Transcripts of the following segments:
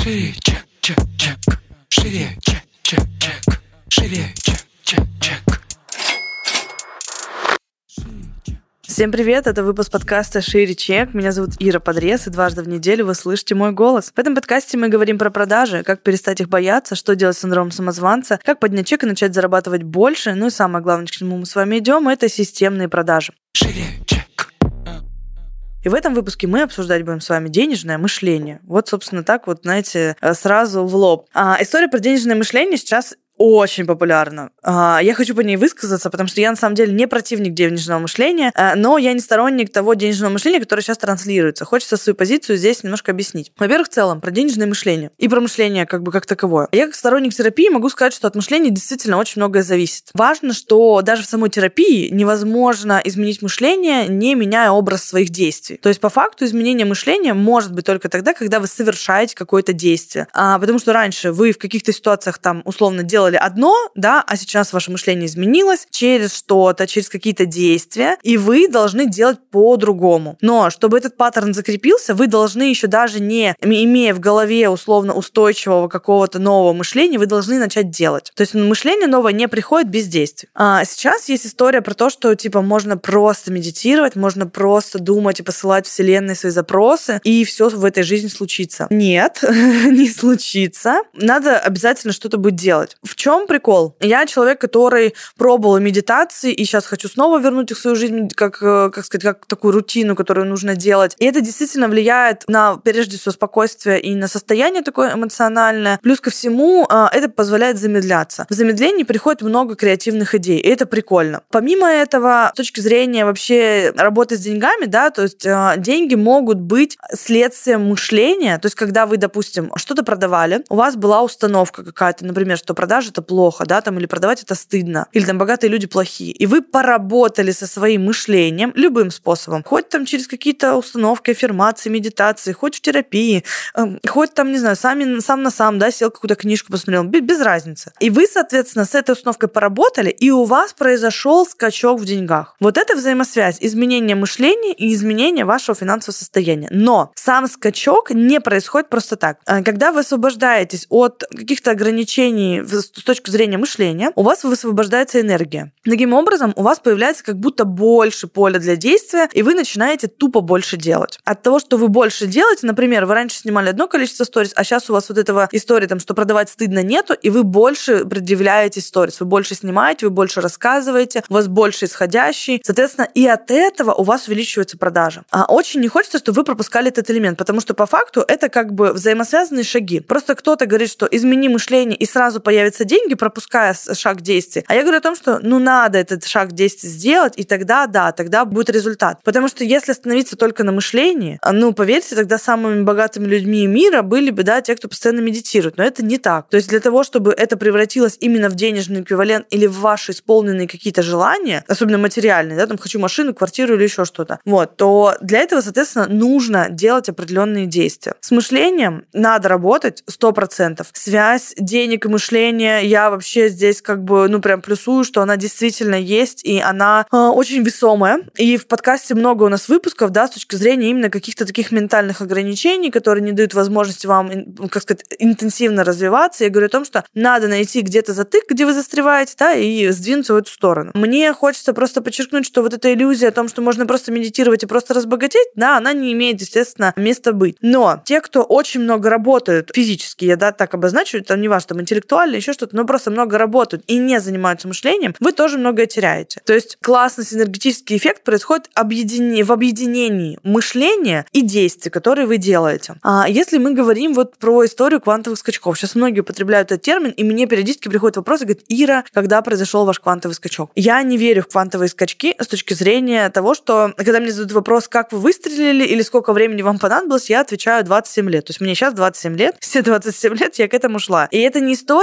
Шире, чек, чек, чек. Шире, чек, чек, чек. Шире, чек, чек, чек. Всем привет, это выпуск подкаста «Шире чек». Меня зовут Ира Подрез, и дважды в неделю вы слышите мой голос. В этом подкасте мы говорим про продажи, как перестать их бояться, что делать с синдромом самозванца, как поднять чек и начать зарабатывать больше. Ну и самое главное, к чему мы с вами идем, это системные продажи. Шире, чек. И в этом выпуске мы обсуждать будем с вами денежное мышление. Вот, собственно, так вот, знаете, сразу в лоб. История про денежное мышление сейчас очень популярна. Я хочу по ней высказаться, потому что я, на самом деле, не противник денежного мышления, но я не сторонник того денежного мышления, которое сейчас транслируется. Хочется свою позицию здесь немножко объяснить. Во-первых, в целом, про денежное мышление и про мышление как таковое. Я, как сторонник терапии, могу сказать, что от мышления действительно очень многое зависит. Важно, что даже в самой терапии невозможно изменить мышление, не меняя образ своих действий. То есть, по факту, изменение мышления может быть только тогда, когда вы совершаете какое-то действие. Потому что раньше вы в каких-то ситуациях там условно делали одно, да, а сейчас ваше мышление изменилось через что-то, через какие-то действия, и вы должны делать по-другому. Но чтобы этот паттерн закрепился, вы должны еще даже не имея в голове условно устойчивого какого-то нового мышления, вы должны начать делать. То есть мышление новое не приходит без действий. Сейчас есть история про то, что типа можно просто медитировать, можно просто думать и посылать Вселенной свои запросы, и все в этой жизни случится. Нет, не случится. Надо обязательно что-то будет делать. В чем прикол? Я человек, который пробовал медитации, и сейчас хочу снова вернуть их в свою жизнь, как такую рутину, которую нужно делать. И это действительно влияет на, прежде всего, спокойствие и на состояние такое эмоциональное. Плюс ко всему, это позволяет замедляться. В замедлении приходит много креативных идей, и это прикольно. Помимо этого, с точки зрения вообще работы с деньгами, да, то есть деньги могут быть следствием мышления. То есть когда вы, допустим, что-то продавали, у вас была установка какая-то, например, что продажи это плохо, да, там, или продавать это стыдно, или там богатые люди плохие. И вы поработали со своим мышлением любым способом, хоть там через какие-то установки, аффирмации, медитации, хоть в терапии, хоть там, не знаю, сам на сам, да, сел какую-то книжку посмотрел, без разницы. И вы, соответственно, с этой установкой поработали, и у вас произошел скачок в деньгах. Вот это взаимосвязь, изменение мышления и изменение вашего финансового состояния. Но сам скачок не происходит просто так. Когда вы освобождаетесь от каких-то ограничений с точки зрения мышления, у вас высвобождается энергия. Таким образом, у вас появляется как будто больше поля для действия, и вы начинаете тупо больше делать. От того, что вы больше делаете, например, вы раньше снимали одно количество сторис, а сейчас у вас вот этого истории, там, что продавать стыдно, нету, и вы больше предъявляете сторис, вы больше снимаете, вы больше рассказываете, у вас больше исходящий. Соответственно, и от этого у вас увеличивается продажа. Очень не хочется, чтобы вы пропускали этот элемент, потому что по факту это как бы взаимосвязанные шаги. Просто кто-то говорит, что измени мышление, и сразу появятся деньги, пропуская шаг действий. А я говорю о том, что надо этот шаг действий сделать, и тогда, да, тогда будет результат. Потому что если остановиться только на мышлении, поверьте, тогда самыми богатыми людьми мира были бы, да, те, кто постоянно медитирует. Но это не так. То есть для того, чтобы это превратилось именно в денежный эквивалент или в ваши исполненные какие-то желания, особенно материальные, да, там хочу машину, квартиру или еще что-то, то для этого, соответственно, нужно делать определенные действия. С мышлением надо работать 100%. Связь денег и мышления, я вообще здесь прям плюсую, что она действительно есть, и она очень весомая. И в подкасте много у нас выпусков, да, с точки зрения именно каких-то таких ментальных ограничений, которые не дают возможности вам, интенсивно развиваться. Я говорю о том, что надо найти где-то затык, где вы застреваете, да, и сдвинуться в эту сторону. Мне хочется просто подчеркнуть, что вот эта иллюзия о том, что можно просто медитировать и просто разбогатеть, да, она не имеет, естественно, места быть. Но те, кто очень много работают физически, я, да, так обозначу, это не важно, там, интеллектуально, еще что-то, но просто много работают и не занимаются мышлением, вы тоже многое теряете. То есть классный синергетический эффект происходит в объединении мышления и действий, которые вы делаете. Если мы говорим вот про историю квантовых скачков, сейчас многие употребляют этот термин, и мне периодически приходят вопросы, говорят: Ира, когда произошел ваш квантовый скачок? Я не верю в квантовые скачки с точки зрения того, что когда мне задают вопрос, как вы выстрелили или сколько времени вам понадобилось, я отвечаю 27 лет. То есть мне сейчас 27 лет, все 27 лет я к этому шла. И это не история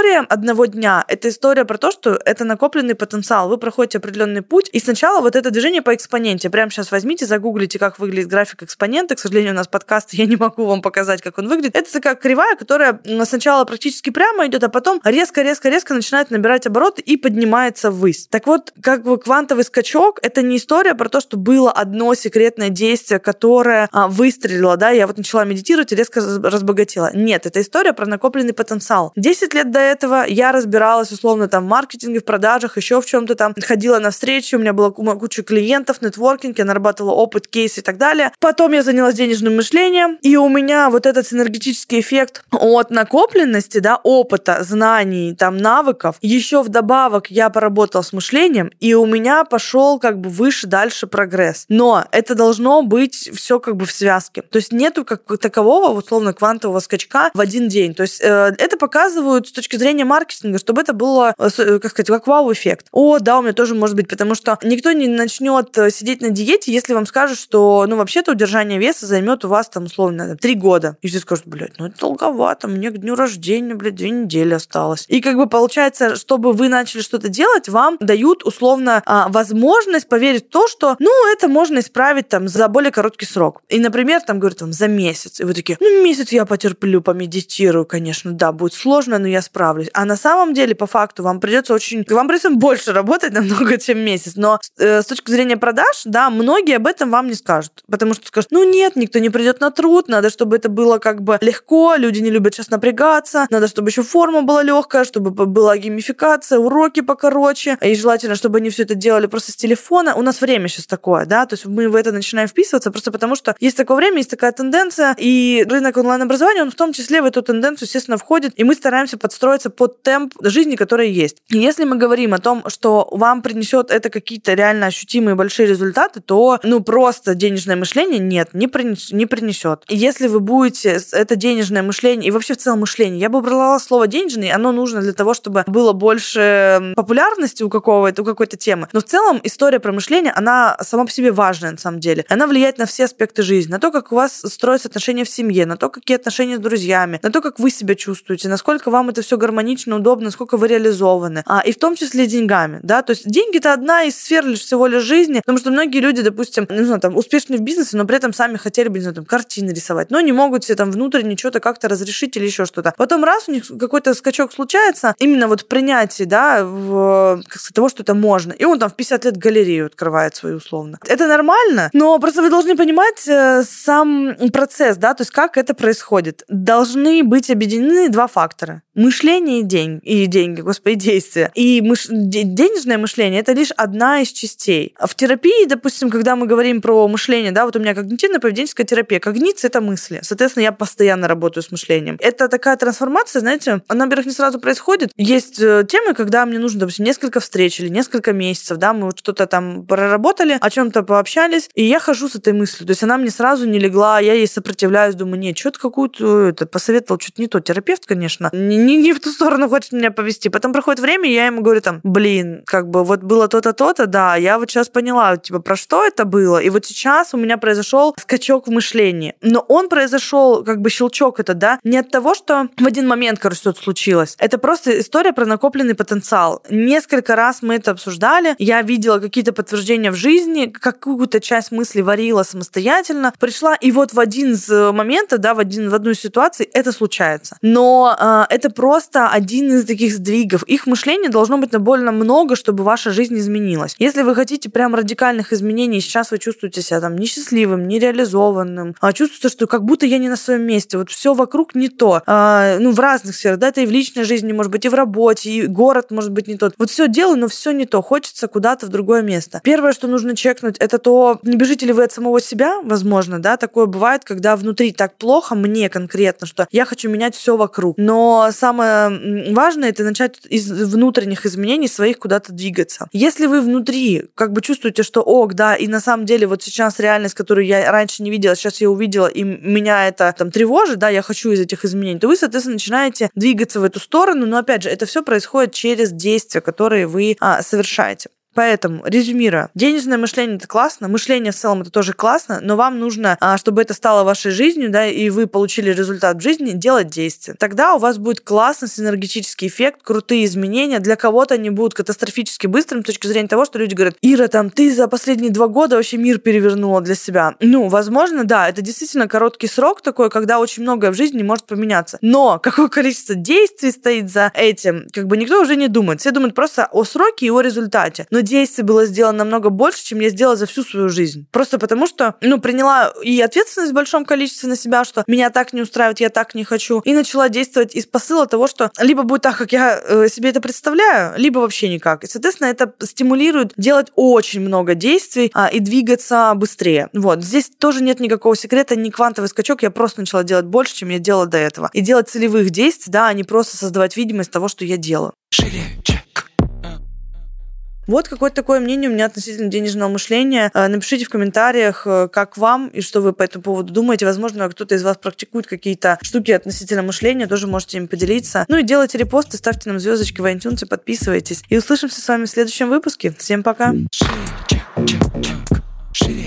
одного дня. Это история про то, что это накопленный потенциал. Вы проходите определенный путь, и сначала вот это движение по экспоненте. Прямо сейчас возьмите, загуглите, как выглядит график экспонента. К сожалению, у нас подкаст, я не могу вам показать, как он выглядит. Это такая кривая, которая сначала практически прямо идет, а потом резко начинает набирать обороты и поднимается ввысь. Так вот, как бы квантовый скачок, это не история про то, что было одно секретное действие, которое выстрелило, да, я вот начала медитировать и резко разбогатела. Нет, это история про накопленный потенциал. 10 лет до этого я разбиралась, условно, там, в маркетинге, в продажах, еще в чем-то там, ходила на встречи, у меня была куча клиентов, нетворкинг, я нарабатывала опыт, кейс и так далее. Потом я занялась денежным мышлением, и у меня вот этот синергетический эффект от накопленности, да, опыта, знаний, там, навыков, еще вдобавок я поработала с мышлением, и у меня пошел как бы выше, дальше прогресс. Но это должно быть все как бы в связке. То есть нету как такового, условно, квантового скачка в один день. То есть это показывают с точки зрения маркетинга, чтобы это было, как сказать, как вау-эффект. О, да, у меня тоже может быть, потому что никто не начнет сидеть на диете, если вам скажут, что, ну, вообще-то удержание веса займет у вас, там, условно, 3 года. И все скажут, блядь, ну, это долговато, мне к дню рождения, блядь, 2 недели осталось. И как бы получается, чтобы вы начали что-то делать, вам дают, условно, возможность поверить в то, что, ну, это можно исправить, там, за более короткий срок. И, например, там, говорят, там, за месяц. И вы такие, ну, месяц я потерплю, помедитирую, конечно, да, будет сложно, но я справлюсь. А на самом деле, по факту, вам придется больше работать намного, чем месяц. Но с точки зрения продаж, да, многие об этом вам не скажут. Потому что скажут, ну, нет, никто не придет на труд, надо, чтобы это было как бы легко, люди не любят сейчас напрягаться, надо, чтобы еще форма была легкая, чтобы была геймификация, уроки покороче, и желательно, чтобы они все это делали просто с телефона. У нас время сейчас такое, да, то есть мы в это начинаем вписываться просто потому, что есть такое время, есть такая тенденция, и рынок онлайн-образования, он в том числе в эту тенденцию, естественно, входит, и мы стараемся подстроиться под темп жизни, который есть. И если мы говорим о том, что вам принесет это какие-то реально ощутимые большие результаты, то, ну, просто денежное мышление нет, не принесет. И если вы будете это денежное мышление, и вообще в целом мышление, я бы убрала слово денежный, оно нужно для того, чтобы было больше популярности у какой-то темы. Но в целом история про мышление, она сама по себе важная на самом деле. Она влияет на все аспекты жизни, на то, как у вас строятся отношения в семье, на то, какие отношения с друзьями, на то, как вы себя чувствуете, насколько вам это все гармонично, удобно, насколько вы реализованы. И в том числе деньгами, да, то есть деньги — это одна из сфер всего лишь жизни, потому что многие люди, допустим, не знаю, там, успешны в бизнесе, но при этом сами хотели бы, не знаю, там, картины рисовать, но не могут себе там внутренне что-то как-то разрешить или еще что-то. Потом раз у них какой-то скачок случается, именно вот в принятии, да, как сказать, того, что это можно, и он там в 50 лет галерею открывает свою условно. Это нормально, но просто вы должны понимать сам процесс, да, то есть как это происходит. Должны быть объединены два фактора. Мышление и деньги, господи, действия. И денежное мышление — это лишь одна из частей. В терапии, допустим, когда мы говорим про мышление, да, вот у меня когнитивно-поведенческая терапия. Когниция — это мысли. Соответственно, я постоянно работаю с мышлением. Это такая трансформация, знаете, она, во-первых, не сразу происходит. Есть темы, когда мне нужно, допустим, несколько встреч или несколько месяцев, да, мы вот что-то там проработали, о чем-то пообщались, и я хожу с этой мыслью. То есть она мне сразу не легла, я ей сопротивляюсь, думаю, нет, что-то какую-то посоветовал, что-то не то. Терапевт, конечно, не в ту сторону хочет меня повести. Потом проходит время, и я ему говорю там, блин, как бы вот было то-то, то-то, да, я вот сейчас поняла, типа, про что это было, и вот сейчас у меня произошел скачок в мышлении. Но он произошел, как бы щелчок это, да, не от того, что в один момент, короче, что-то случилось. Это просто история про накопленный потенциал. Несколько раз мы это обсуждали, я видела какие-то подтверждения в жизни, какую-то часть мысли варила самостоятельно, пришла, и вот в один из моментов, да, в одну из ситуаций это случается. Но это просто один из таких сдвигов. Их мышление должно быть довольно много, чтобы ваша жизнь изменилась. Если вы хотите прям радикальных изменений, сейчас вы чувствуете себя там несчастливым, нереализованным, чувствуете, что как будто я не на своем месте, вот все вокруг не то. Ну, в разных сферах, да, это и в личной жизни, может быть, и в работе, и город может быть не тот. Вот все делаю, но все не то. Хочется куда-то в другое место. Первое, что нужно чекнуть, это то, не бежите ли вы от самого себя, возможно, да, такое бывает, когда внутри так плохо, мне конкретно, что я хочу менять все вокруг. Но самое важное — это начать из внутренних изменений своих куда-то двигаться. Если вы внутри как бы чувствуете, что ок, да, и на самом деле вот сейчас реальность, которую я раньше не видела, сейчас я увидела, и меня это там тревожит, да, я хочу из этих изменений, то вы, соответственно, начинаете двигаться в эту сторону, но опять же, это все происходит через действия, которые вы совершаете. Поэтому, резюмируя, денежное мышление — это классно, мышление в целом — это тоже классно, но вам нужно, чтобы это стало вашей жизнью, да, и вы получили результат в жизни, делать действия. Тогда у вас будет классный синергетический эффект, крутые изменения. Для кого-то они будут катастрофически быстрыми с точки зрения того, что люди говорят: Ира, там, ты за последние 2 года вообще мир перевернула для себя. Возможно, да, это действительно короткий срок такой, когда очень многое в жизни может поменяться. Но какое количество действий стоит за этим, никто уже не думает. Все думают просто о сроке и о результате. Но действий было сделано намного больше, чем я сделала за всю свою жизнь. Просто потому что, приняла и ответственность в большом количестве на себя, что меня так не устраивает, я так не хочу, и начала действовать из посыла того, что либо будет так, как я себе это представляю, либо вообще никак. И, соответственно, это стимулирует делать очень много действий и двигаться быстрее. Здесь тоже нет никакого секрета, ни квантовый скачок, я просто начала делать больше, чем я делала до этого. И делать целевых действий, да, а не просто создавать видимость того, что я делаю. Вот какое-то такое мнение у меня относительно денежного мышления. Напишите в комментариях, как вам и что вы по этому поводу думаете. Возможно, кто-то из вас практикует какие-то штуки относительно мышления, тоже можете им поделиться. И делайте репосты, ставьте нам звездочки в iTunes, подписывайтесь. И услышимся с вами в следующем выпуске. Всем пока!